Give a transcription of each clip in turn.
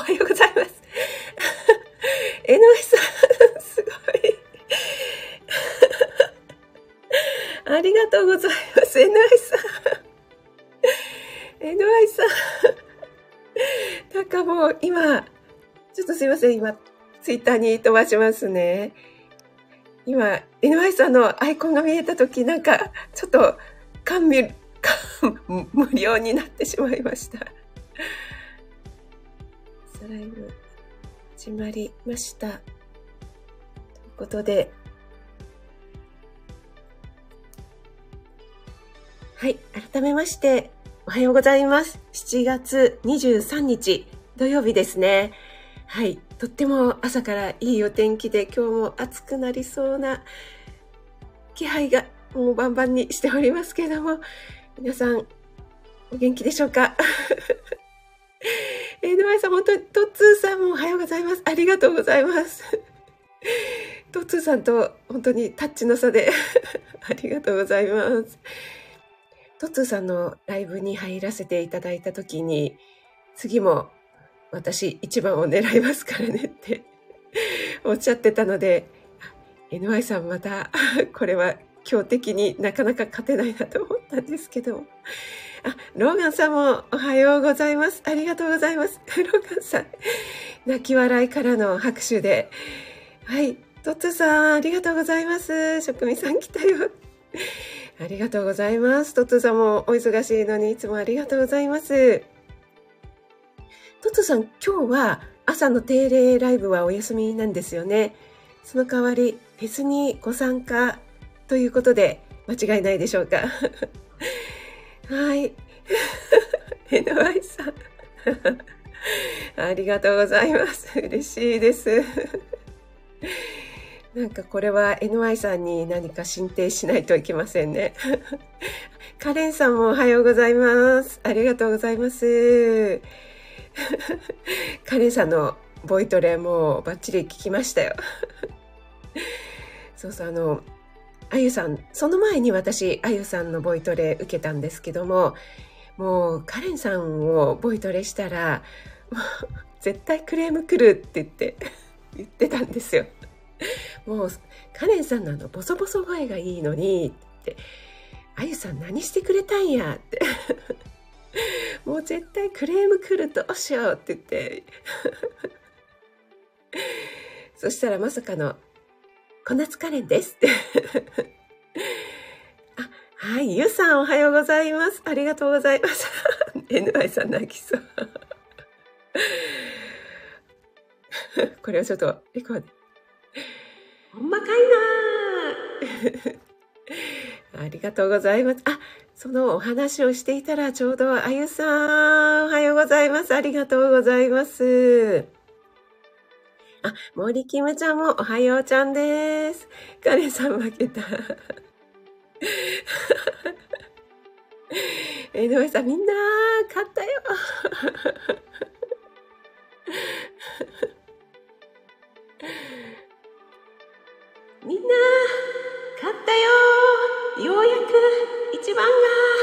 はようございます。江上さん、すごい。ありがとうございます。江上さん。江上さん。なんかもう今、ちょっとすいません。今、ツイッターに飛ばしますね。今、NY さんのアイコンが見えたとき、なんか、ちょっと、無料になってしまいました。ライブ、始まりました。ということで、はい、改めまして、おはようございます。7月23日、土曜日ですね。はい、とっても朝からいいお天気で、今日も暑くなりそうな気配がもうバンバンにしておりますけれども、皆さんお元気でしょうか。沼井さん、本当にトッツーさんもおはようございます。ありがとうございます。トッツーさんと本当にタッチの差でありがとうございます。トッツーさんのライブに入らせていただいたときに、次も私一番を狙いますからねっておっしゃってたので、NY さんまたこれは強敵になかなか勝てないなと思ったんですけど、ローガンさんもおはようございます。ありがとうございます。ローガンさん、泣き笑いからの拍手で、はい、トッツーさんありがとうございます。職味さん来たよ。ありがとうございます。トッツーさんもお忙しいのにいつもありがとうございます。トッツーさん、今日は朝の定例ライブはお休みなんですよね。その代わりフェスにご参加ということで間違いないでしょうか。はい。NY さん。ありがとうございます。嬉しいです。なんかこれは NY さんに何か進呈しないといけませんね。カレンさんもおはようございます。ありがとうございます。カレンさんのボイトレもバッチリ聞きましたよ。そうそう、あゆさん、その前に私、あゆさんのボイトレ受けたんですけども、もうカレンさんをボイトレしたら、もう絶対クレーム来るって言ってたんですよ。もうカレンさんのボソボソ声がいいのにって、あゆさん何してくれたんやってもう絶対クレーム来るどうしようって言ってそしたらまさかの小夏カレンですってはい、ゆさんおはようございます。ありがとうございます。NY さん泣きそう。これをちょっとレコード。ほんまかいなありがとうございます。そのお話をしていたらちょうどあゆさんおはようございます。ありがとうございます。森キムちゃんもおはようちゃんです。カレンさん負けた。井上さん、みんな勝ったよ。みんな勝ったよ。ようやく一番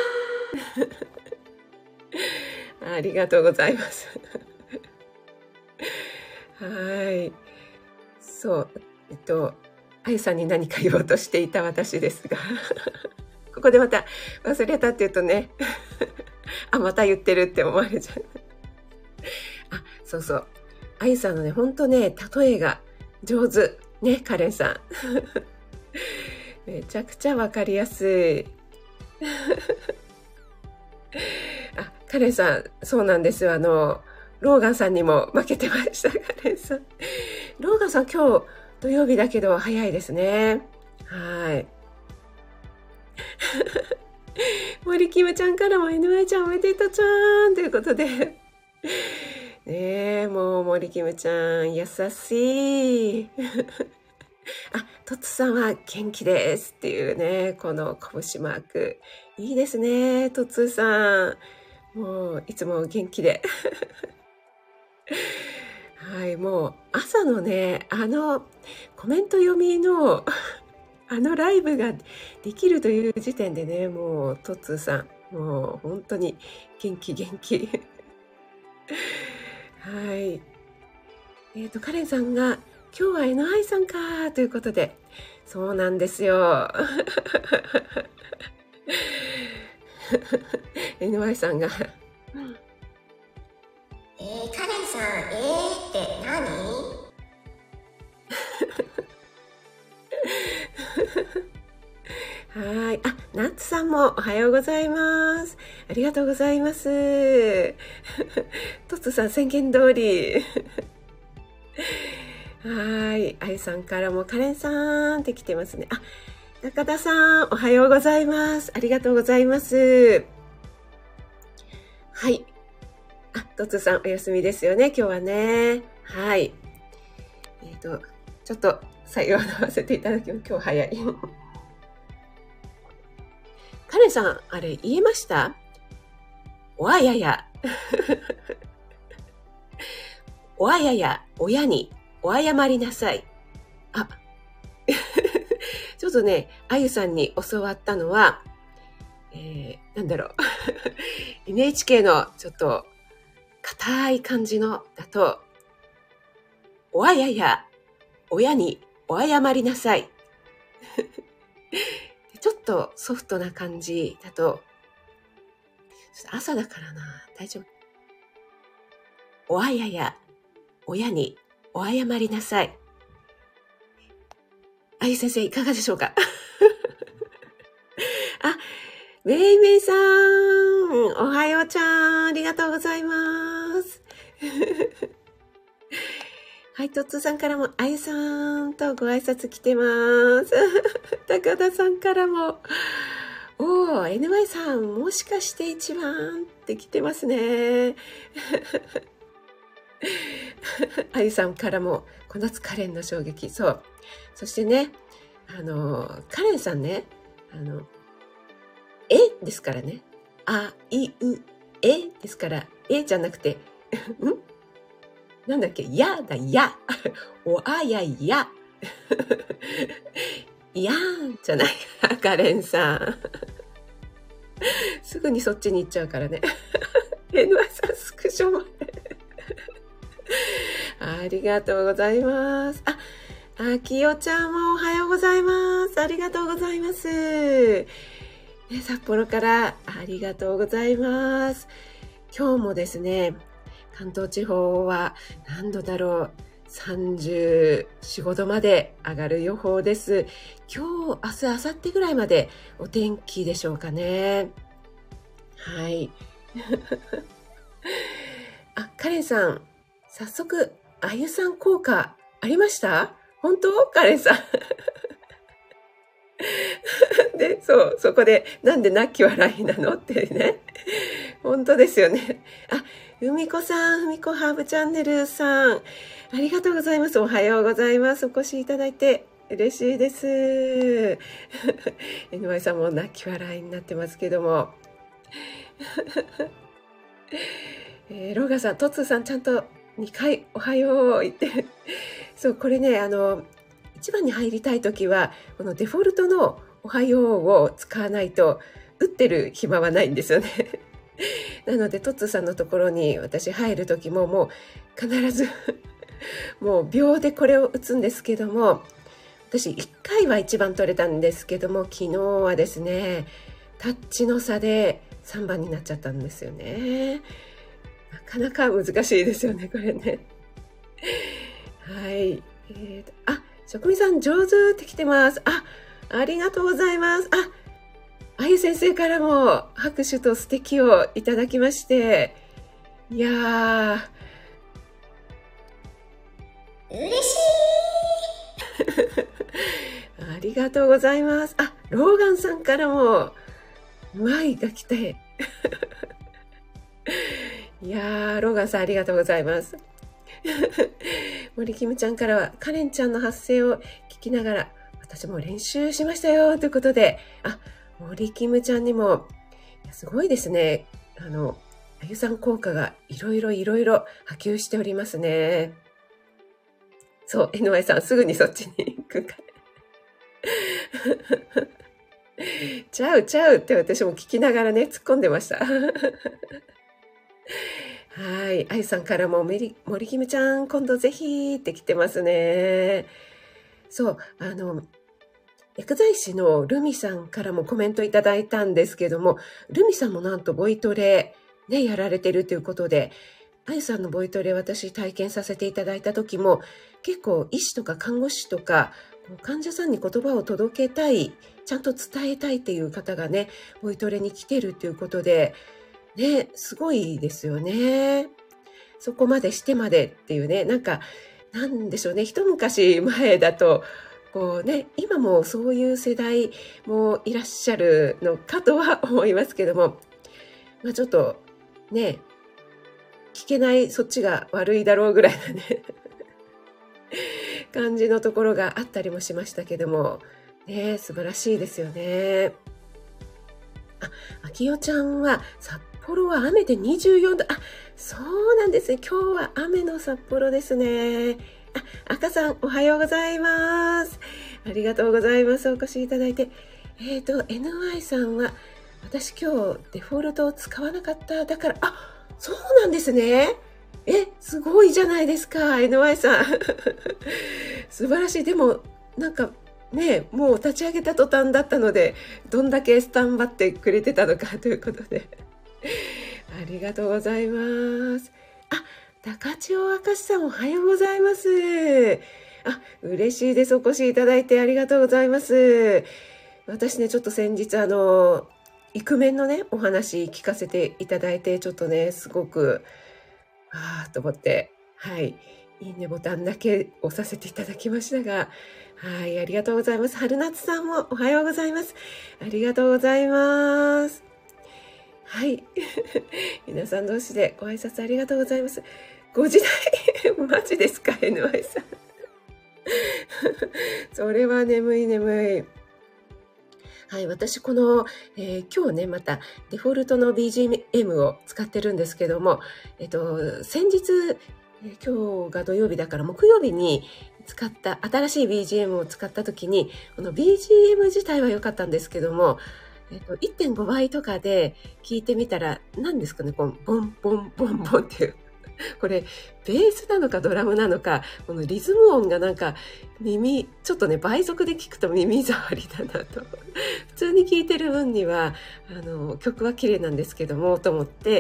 が。ありがとうございます。はい。そう、あゆさんに何か言おうとしていた私ですが。ここでまた忘れたって言うとね、また言ってるって思われちゃう。そうそう。あゆさんのね、ほんとね、例えが上手。ね、カレンさん。めちゃくちゃわかりやすい。カレンさん、そうなんですよ。ローガンさんにも負けてました、カレンさん。ローガンさん、今日土曜日だけど早いですね。はい。森キムちゃんからも NY ちゃんおめでとうちゃんということで。ねえ、もう森キムちゃん優しい。トツさんは元気ですっていうね、この拳マーク。いいですね、トツさん。もういつも元気で。はい、もう朝のね、コメント読みのライブができるという時点でね、もうトッツーさん、もう本当に元気。はい。 カレンさんが、今日は NI さんかということで、そうなんですよ。NY さんが、 カレンさん、って何？ はい。あ、ナッツさんもおはようございます。ありがとうございます。トツさん宣言通り。はい。あゆさんからもカレンさんって来てますね。あ、中田さんおはようございます。ありがとうございます。はい。あ、トツさんお休みですよね、今日はね。はい。ちょっと最後合わせていただきます。今日早い。カレンさん、あれ言えました？おあやや。おあやや、親にお謝りなさい。あ、ちょっとね、あゆさんに教わったのは、なんだろう。NHK のちょっと硬い感じのだと、おあやや、親にお謝りなさい。ちょっとソフトな感じだと、ちょっと朝だからな、大丈夫。おあやや、親にお謝りなさい。あゆ先生いかがでしょうか？あ、めいめいさん、おはようちゃん、ありがとうございます。はい、とっつーさんからも、あゆさんとご挨拶来てます。高田さんからも、NY さん、もしかして一番って来てますね。あゆさんからも、この夏カレンの衝撃。そう。そしてね、カレンさんね、ですからね。あ、い、う、ですから、じゃなくて、なんだっけ、やだ、や。おあやや。やーんじゃない。カレンさん。すぐにそっちに行っちゃうからね。NY さん、スクショまで。ありがとうございます。きよちゃんもおはようございます。ありがとうございます。札幌からありがとうございます。今日もですね、関東地方は何度だろう、34、5度まで上がる予報です。今日、明日、明後日ぐらいまでお天気でしょうかね。はい。カレンさん、早速、あゆさん効果ありました？本当？カレンさん。で、そこで、なんで泣き笑いなのってね。本当ですよね。ふみこさん、ふみこハーブチャンネルさん、ありがとうございます。おはようございます。お越しいただいて嬉しいです。NY さんも泣き笑いになってますけども。ローガンさん、トッツーさん、ちゃんと2回おはよう言って。そう、これね、一番に入りたいときは、このデフォルトのおはようを使わないと、打ってる暇はないんですよね。なので、トッツーさんのところに私入るときももう必ずもう秒でこれを打つんですけども、私1回は1番取れたんですけども、昨日はですね、タッチの差で3番になっちゃったんですよね。なかなか難しいですよね、これね。はい。職人さん上手って来てます。ありがとうございます。あゆ先生からも拍手と素敵をいただきまして。いやー。 嬉しい。 ありがとうございます。ローガンさんからも、マイが来て。いやー、ローガンさんありがとうございます。森キムちゃんからは、カレンちゃんの発声を聞きながら、私も練習しましたよ、ということで、森キムちゃんにも、すごいですね。あゆさん効果がいろいろ波及しておりますね。そう、NY さんすぐにそっちに行くから。ちゃうって私も聞きながらね、突っ込んでました。 はい。あゆさんからも、森キムちゃん、今度ぜひって来てますね。そう、薬剤師のルミさんからもコメントいただいたんですけども、ルミさんもなんとボイトレ、ね、やられてるということで、あゆさんのボイトレ私体験させていただいた時も、結構医師とか看護師とか、患者さんに言葉を届けたい、ちゃんと伝えたいっていう方がね、ボイトレに来てるっていうことで、ね、すごいですよね。そこまでしてまでっていうね、なんでしょうね、一昔前だと、こうね、今もそういう世代もいらっしゃるのかとは思いますけども、まあちょっとね、聞けないそっちが悪いだろうぐらいなね、感じのところがあったりもしましたけども、ね、素晴らしいですよね。あきよちゃんは札幌は雨で24度。そうなんですね。今日は雨の札幌ですね。赤さんおはようございます。ありがとうございます。お越しいただいて。NY さんは私今日デフォルトを使わなかった。だから、そうなんですね。すごいじゃないですか、NY さん。素晴らしい。でも、ね、もう立ち上げた途端だったので、どんだけスタンバってくれてたのかということで。ありがとうございます。高千穂明石さんおはようございます。嬉しいです。お越しいただいてありがとうございます。私ね、ちょっと先日イクメンのね、お話聞かせていただいて、ちょっとね、すごく、と思って、はい。いいねボタンだけ押させていただきましたが、はい、ありがとうございます。春夏さんもおはようございます。ありがとうございます。はい。皆さん同士でご挨拶ありがとうございます。ご時代マジですか NY さん。それは眠い。はい、私この、今日ね、またデフォルトの BGM を使ってるんですけども、先日、今日が土曜日だから木曜日に使った新しい BGM を使った時に、この BGM 自体は良かったんですけども、1.5 倍とかで聞いてみたら、何ですかね、このボンボンボンボンっていう。これ、ベースなのかドラムなのか、このリズム音がちょっとね、倍速で聞くと耳障りだなと。普通に聞いてる分には、曲は綺麗なんですけども、と思って、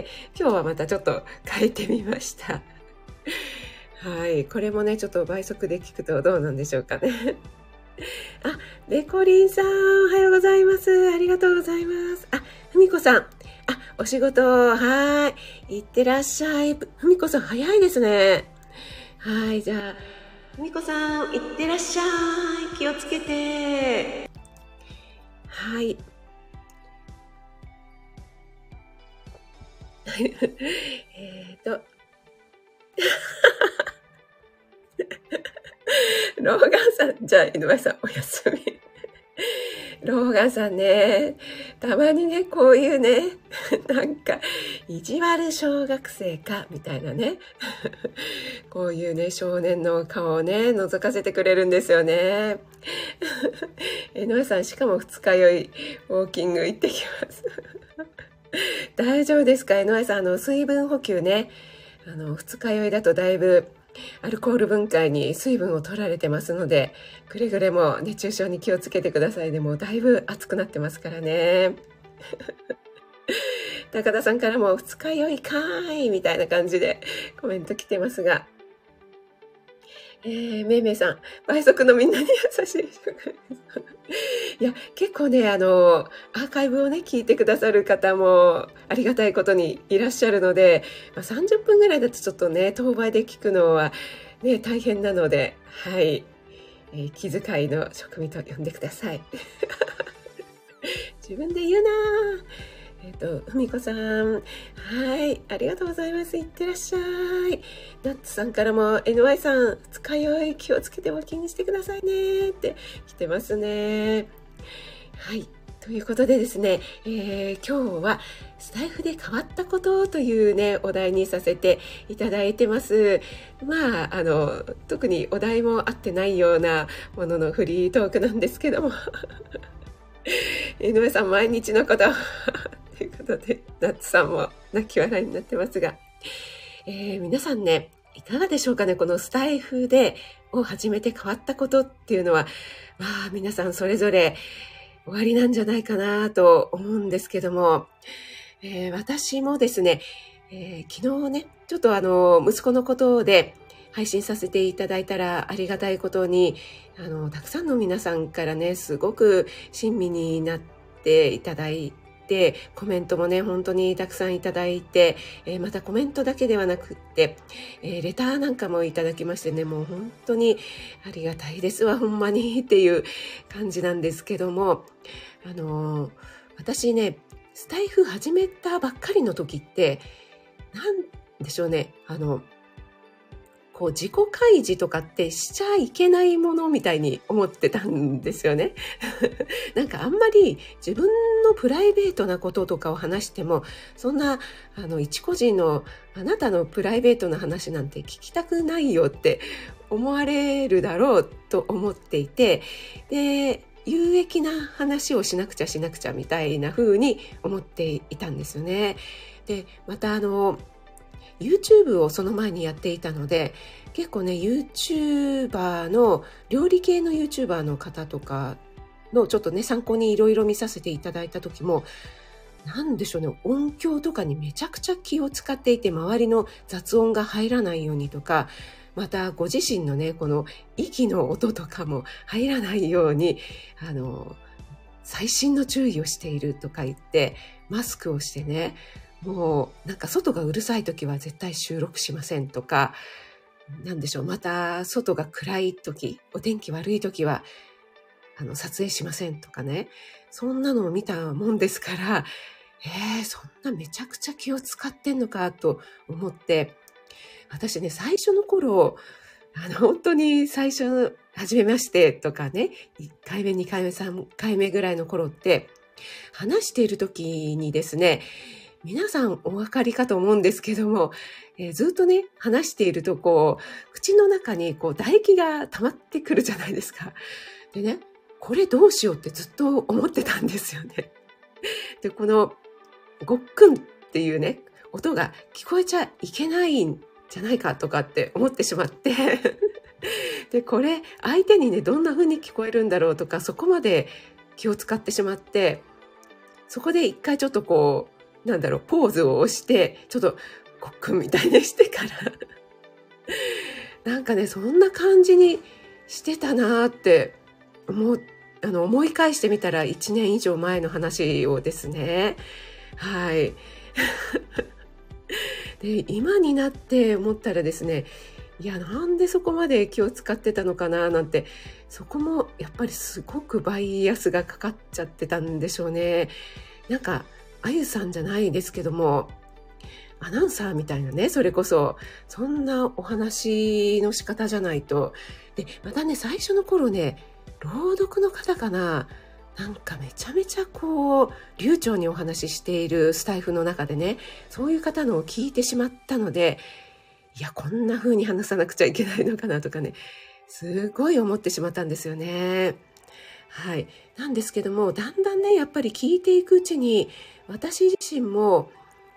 今日はまたちょっと変えてみました。はい。これもね、ちょっと倍速で聞くとどうなんでしょうかね。レコリンさん、おはようございます。ありがとうございます。ふみこさん。お仕事、はい。いってらっしゃい。ふみこさん、早いですね。はい。じゃあ、ふみこさん、いってらっしゃい。気をつけて。はい。ローガンさん、じゃあ、井上さん、おやすみ。ローガンさんね、たまにね、こういうね、意地悪小学生か、みたいなね。こういうね、少年の顔をね、覗かせてくれるんですよね。井上さん、しかも二日酔い、ウォーキング行ってきます。大丈夫ですか？井上さん、水分補給ね、二日酔いだとだいぶ、アルコール分解に水分を取られてますので、くれぐれも熱中症に気をつけてくださいね。もうだいぶ暑くなってますからね。高田さんからも二日酔いかーいみたいな感じでコメント来てますが、めいめいさん、倍速のみんなに優しい。いや、結構ね、アーカイブをね、聞いてくださる方もありがたいことにいらっしゃるので、30分ぐらいだとちょっとね、当倍で聞くのはね、大変なので、はい。気遣いの職味と呼んでください。自分で言うなぁ。ふみこさん。はい。ありがとうございます。いってらっしゃい。ナッツさんからも NY さん、二日酔い気をつけてウォーキングしてくださいねって来てますね。はい。ということでですね、今日はスタイフで変わったことというね、お題にさせていただいてます。特にお題も合ってないようなもののフリートークなんですけども。井上さん、毎日のこと。ということで、ナッツさんも泣き笑いになってますが。 皆さんね、いかがでしょうかね。このスタイフを始めて変わったことっていうのは、皆さんそれぞれ終わりなんじゃないかなと思うんですけども、私もですね、昨日ね、ちょっと息子のことで配信させていただいたらありがたいことに、たくさんの皆さんからね、すごく親身になっていただいて、コメントもね、本当にたくさんいただいて、またコメントだけではなくって、レターなんかもいただきましてね、もう本当にありがたいですわ、ほんまにっていう感じなんですけども、私ね、スタイフ始めたばっかりの時って、なんでしょうね、自己開示とかってしちゃいけないものみたいに思ってたんですよね。なんかあんまり自分のプライベートなこととかを話しても、そんな一個人のあなたのプライベートな話なんて聞きたくないよって思われるだろうと思っていて、で、有益な話をしなくちゃみたいな風に思っていたんですよね。で、またYouTube をその前にやっていたので、結構ね、YouTuber の、料理系の YouTuber の方とかのちょっとね、参考にいろいろ見させていただいた時も、なんでしょうね、音響とかにめちゃくちゃ気を使っていて、周りの雑音が入らないようにとか、またご自身のね、この息の音とかも入らないように、細心の注意をしているとか言って、マスクをしてね、もうなんか外がうるさい時は絶対収録しませんとか、なんでしょう、また外が暗い時、お天気悪い時は撮影しませんとかね、そんなのを見たもんですから、そんなめちゃくちゃ気を使ってんのかと思って、私ね、最初の頃、本当に最初、初めましてとかね、1回目、2回目、3回目ぐらいの頃って、話している時にですね、皆さんお分かりかと思うんですけども、ずっとね、話していると口の中に唾液が溜まってくるじゃないですか。でね、これどうしようってずっと思ってたんですよね。で、このごっくんっていうね、音が聞こえちゃいけないんじゃないかとかって思ってしまってで、これ相手にね、どんな風に聞こえるんだろうとか、そこまで気を使ってしまって、そこで一回ちょっとポーズを押して、ちょっとごっくんみたいにしてからなんかね、そんな感じにしてたなーって思い返してみたら1年以上前の話をですね。はい。で、今になって思ったらですね、いや、なんでそこまで気を使ってたのかななんて、そこもやっぱりすごくバイアスがかかっちゃってたんでしょうね。なんか、あゆさんじゃないですけども、アナウンサーみたいなね、それこそ、そんなお話の仕方じゃないと。で、またね、最初の頃ね、朗読の方かな、なんかめちゃめちゃ流暢にお話ししているスタイフの中でね、そういう方のを聞いてしまったので、いや、こんな風に話さなくちゃいけないのかなとかね、すごい思ってしまったんですよね。はい。なんですけども、だんだんね、やっぱり聞いていくうちに、私自身も、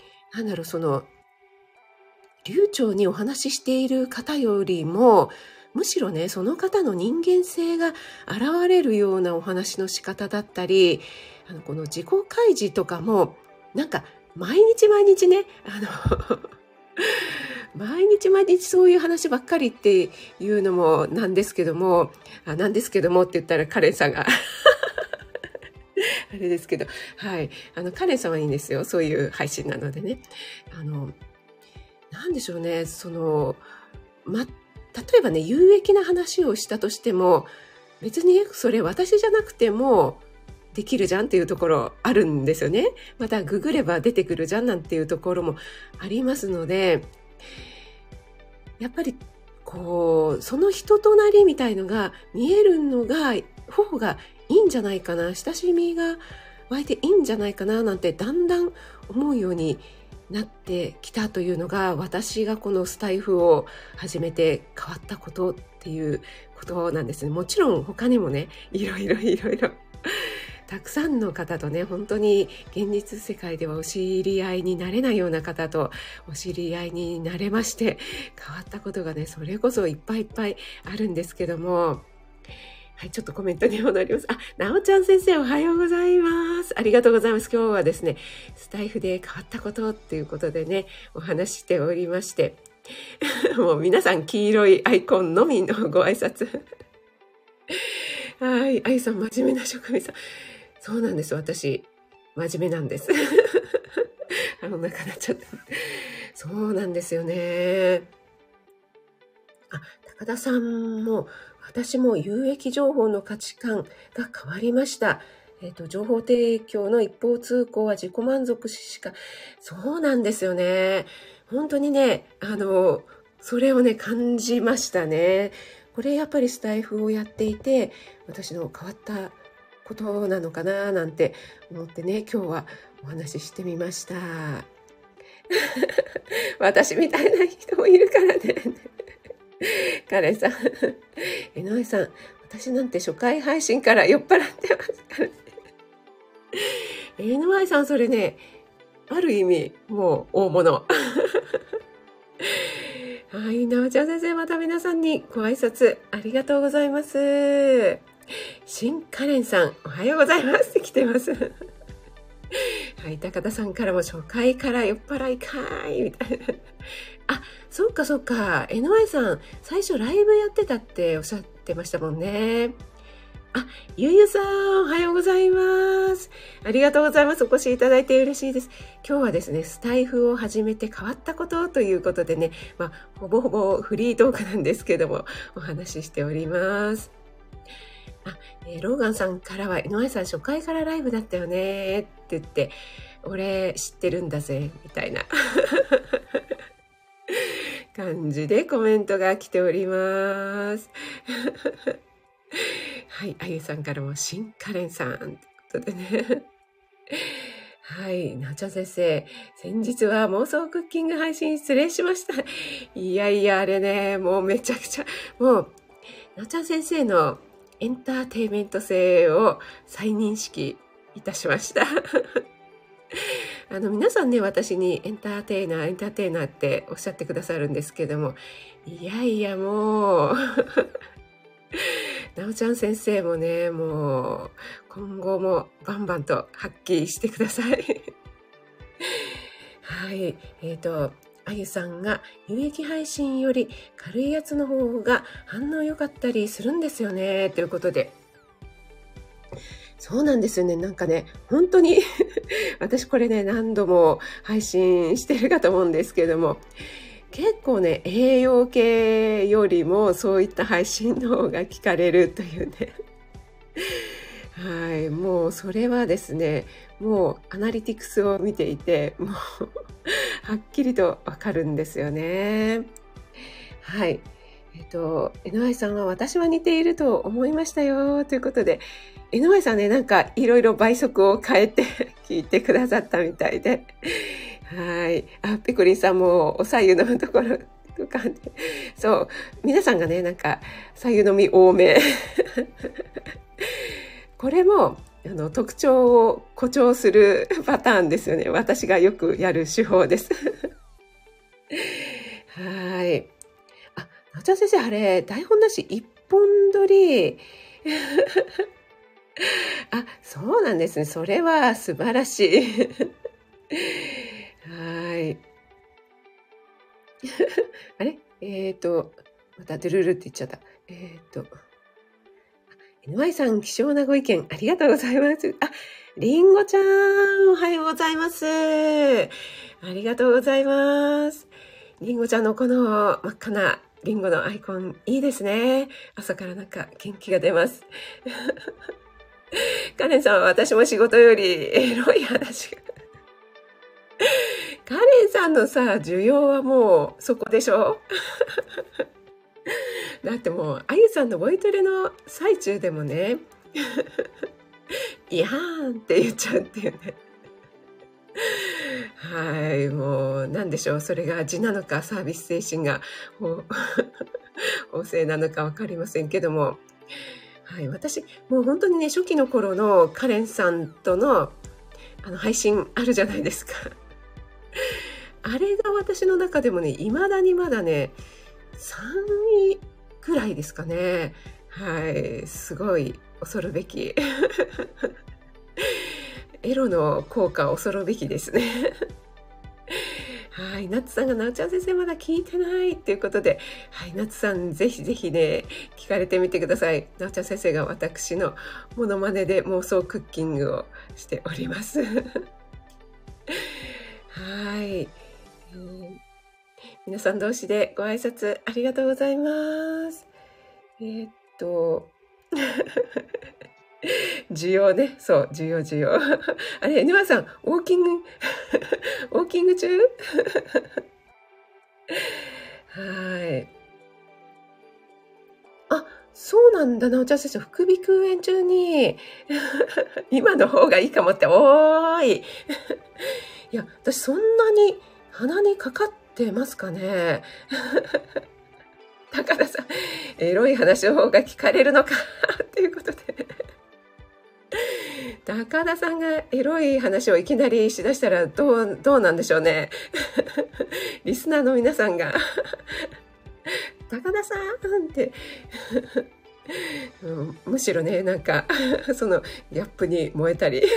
流暢にお話ししている方よりも、むしろね、その方の人間性が現れるようなお話の仕方だったり、この自己開示とかも、なんか、毎日ね、毎日そういう話ばっかりっていうのもなんですけどもって言ったらカレンさんがあれですけど、はい。カレンさんはいいんですよ。そういう配信なのでね。なんでしょうね。例えばね、有益な話をしたとしても、別にそれ私じゃなくてもできるじゃんっていうところあるんですよね。またググれば出てくるじゃんなんていうところもありますので、やっぱりその人となりみたいのが見える方がいいんじゃないかな、親しみが湧いていいんじゃないかななんてだんだん思うようになってきたというのが、私がこのスタイフを始めて変わったことっていうことなんですね。もちろん他にもね、いろいろたくさんの方とね、本当に現実世界ではお知り合いになれないような方とお知り合いになれまして、変わったことがね、それこそいっぱいいっぱいあるんですけども、はい、ちょっとコメントに戻ります。なおちゃん先生おはようございます。ありがとうございます。今日はですね、スタイフで変わったことっていうことでね、お話ししておりまして、もう皆さん黄色いアイコンのみのご挨拶。はい、あゆさん真面目な職人さん。そうなんです。私、真面目なんです。お腹なっちゃった。そうなんですよね。高田さんも、私も有益情報の価値観が変わりました。情報提供の一方通行は自己満足しか、そうなんですよね。本当にね、それをね、感じましたね。これやっぱりスタイフをやっていて、私の変わったことなのかななんて思ってね、今日はお話ししてみました。私みたいな人もいるからね。カレンさん、江上さん、私なんて初回配信から酔っ払ってますからね。江上さん、それね、ある意味、もう大物。はい、なおちゃん先生、また皆さんにご挨拶ありがとうございます。新カレンさん、おはようございますって来てます。はい、高田さんからも初回から酔っ払いかーい、みたいな。そうかそうか。NY さん、最初ライブやってたっておっしゃってましたもんね。ゆうゆさん、おはようございます。ありがとうございます。お越しいただいて嬉しいです。今日はですね、スタイフを始めて変わったことということでね、ほぼほぼフリートークなんですけども、お話ししております。ローガンさんからは、NY さん初回からライブだったよねって言って、俺知ってるんだぜ、みたいな。感じでコメントが来ております。はい、あゆさんからも新カレンさんということでね。はい、なおちゃん先生、先日は妄想クッキング配信失礼しました。いやいや、あれね、もうめちゃくちゃ、もう、なおちゃん先生のエンターテイメント性を再認識いたしました。皆さんね、私にエンターテイナーっておっしゃってくださるんですけども、いやいやもう、なおちゃん先生もね、もう、今後もバンバンと発揮してください。はい。あゆさんが有益配信より軽いやつの方が反応良かったりするんですよね、ということで。そうなんですよね。なんかね、本当に私これね、何度も配信してるかと思うんですけども、結構ね、栄養系よりもそういった配信の方が聞かれるというね。はい、もうそれはですね、もうアナリティクスを見ていて、もうはっきりとわかるんですよね。はい。NY さんは私は似ていると思いましたよということで、NY さんね、なんかいろいろ倍速を変えて聞いてくださったみたいで。はい。ペコリンさんもお左右のところとかね。そう。皆さんがね、なんか左右のみ多め。これも、特徴を誇張するパターンですよね。私がよくやる手法です。はい。なおちゃん先生、あれ、台本なし一本撮り。そうなんですね。それは素晴らしい。はい。あれまたドゥルルって言っちゃった。NY さん、貴重なご意見ありがとうございます。りんごちゃん、おはようございます。ありがとうございます。りんごちゃんのこの真っ赤なリンゴのアイコンいいですね。朝からなんか元気が出ます。カレンさんは私も仕事よりエロい話が。カレンさんのさ、需要はもうそこでしょだってもう、あゆさんのボイトレの最中でもね、いやーんって言っちゃうっていうね。はい、もう、なんでしょう。それが字なのか、サービス精神が旺盛なのかわかりませんけども。 はい、私、もう本当にね、初期の頃のカレンさんとの配信あるじゃないですか。あれが私の中でもね、未だにまだね、3位くらいですかね。はい、すごい恐るべき。エロの効果恐るべきですね。はい、ナッツさんがなおちゃん先生まだ聞いてないっていうことで、はい、ナッツさんぜひぜひね、聞かれてみてください。なおちゃん先生が私のモノマネで妄想クッキングをしております。はい、皆さん同士でご挨拶ありがとうございます。需要ね。そう、需要。あれ、沼さん、ウォーキング中はい。あ、そうなんだな。お茶先生、副鼻腔炎中に、今の方がいいかもって、おーい。いや、私そんなに鼻にかかってますかね。高田さん、エロい話の方が聞かれるのかっていうことで。高田さんがエロい話をいきなりしだしたらどうなんでしょうね。リスナーの皆さんが高田さんってむしろね、なんかそのギャップに燃えたり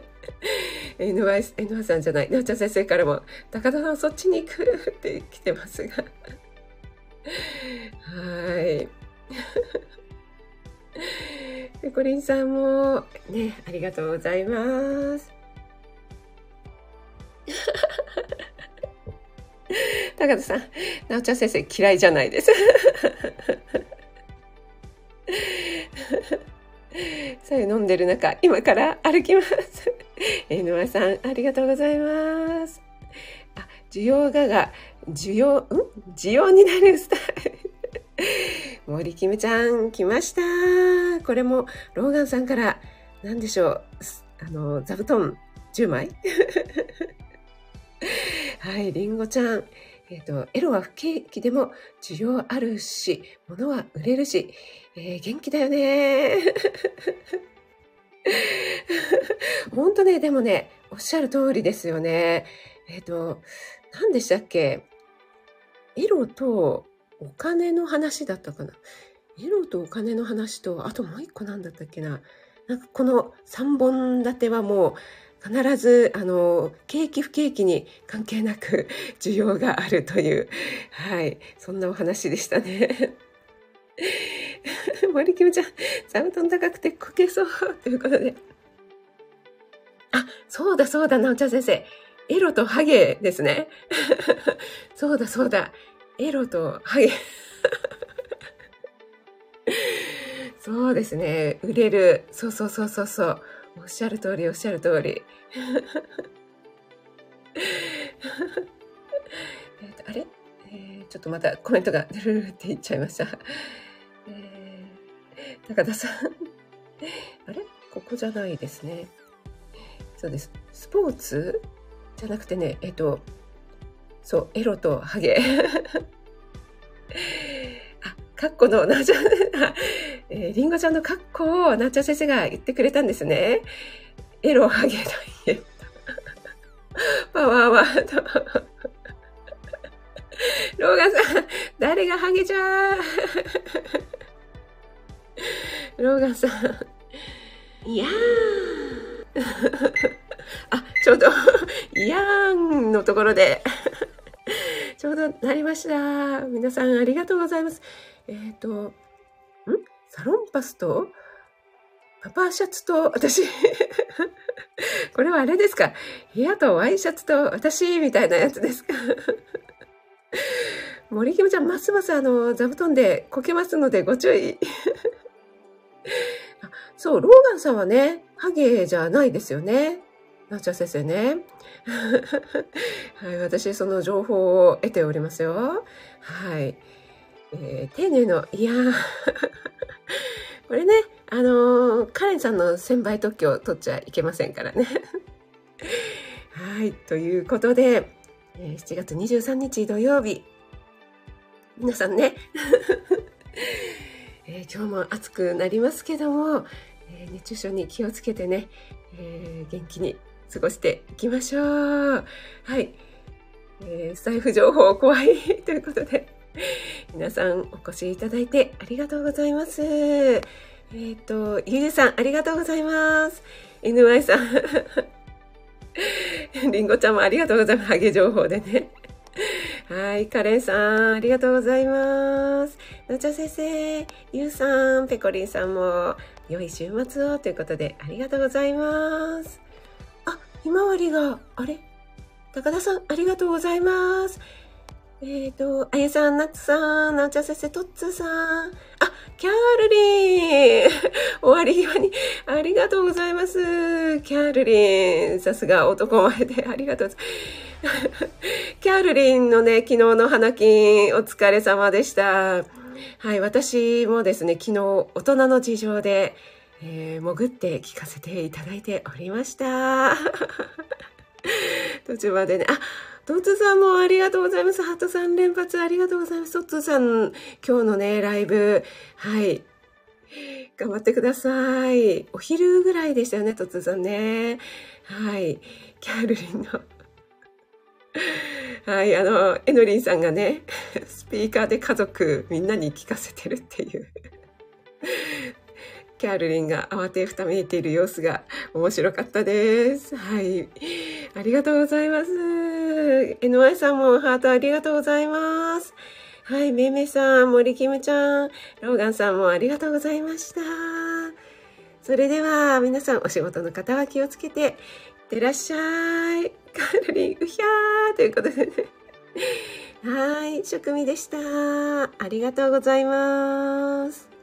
NY さんじゃない、なおちゃん先生からも高田さんそっちに行くって来てますがはいペコリンさんもね、ありがとうございます。高田さん、なおちゃん先生嫌いじゃないです。さあ飲んでる中、今から歩きます。沼さん、ありがとうございます。あ、需要になるスタイル。森キムちゃん来ました。これもローガンさんから何でしょう、座布団10枚はい、リンゴちゃん、エロは不景気でも需要あるし、物は売れるし、元気だよね本当ね、でもね、おっしゃる通りですよね。何でしたっけ、エロとお金の話だったかな。エロとお金の話と、あともう一個なんだったっけな。なんかこの3本立てはもう必ず、景気不景気に関係なく需要があるという、はい、そんなお話でしたね。森キムちゃん、座布団高くてこけそうということで。あ、そうだ、なおちゃん先生。エロとハゲですね。そうだ。エロとハゲ。そうですね。売れる。そう。おっしゃる通り。あれ、ちょっとまたコメントがルルって言っちゃいました。高田さん。あれ、ここじゃないですね。そうです。スポーツじゃなくてね、そう、エロとハゲ。カッコのなおちゃん、リンゴちゃんのカッコをなおちゃん先生が言ってくれたんですね。エロハゲダイエット。パワーワード。ローガンさん、誰がハゲじゃーローガンさん、いやーちょうど、いやーんのところで、ちょうどなりました。皆さんありがとうございます。サロンパスとパパシャツと私これはあれですか、部屋とワイシャツと私みたいなやつですか森キムちゃん、ますます座布団でこけますのでご注意そう、ローガンさんはね、ハゲじゃないですよね。なおちゃん先生ね。はい、私その情報を得ておりますよ。はい。丁寧の、いやーこれね、カレンさんの1000倍特許を取っちゃいけませんからね。はい、ということで、7月23日土曜日、皆さんね、 今日も暑くなりますけども、熱中症に気をつけてね、元気に過ごしていきましょう。はい。スタイフ情報怖いということで、皆さんお越しいただいてありがとうございます。ゆうさん、ありがとうございます。NY さん、りんごちゃんもありがとうございます。ハゲ情報でね。はい、カレンさん、ありがとうございます。のちゃ先生、ゆうさん、ペコリンさんも、良い週末をということで、ありがとうございます。あ、ひまわりが、あれ高田さん、ありがとうございます。あやさん、なつさん、なおちゃん先生、とっつーさん。あ、キャールリン終わり際に、ありがとうございます。キャールリン。さすが男前で、ありがとうございます。キャールリンのね、昨日の花金、お疲れ様でした。はい、私もですね、昨日、大人の事情で、潜って聞かせていただいておりました。途中までね、あ、トッツーさんもありがとうございます。ハートさん連発ありがとうございます。トッツーさん、今日のね、ライブ、はい。頑張ってください。お昼ぐらいでしたよね、トッツーさんね。はい。キャールリンの。はい、エノリンさんがね、スピーカーで家族みんなに聞かせてるっていう。キャールリンが慌てふためいている様子が面白かったです。はい。ありがとうございます。NY さんもハートありがとうございます。はい。めいめいさん、森キムちゃん、ローガンさんもありがとうございました。それでは、皆さんお仕事の方は気をつけていってらっしゃい。カールリン、うひゃーということでね。はい。職味でした。ありがとうございます。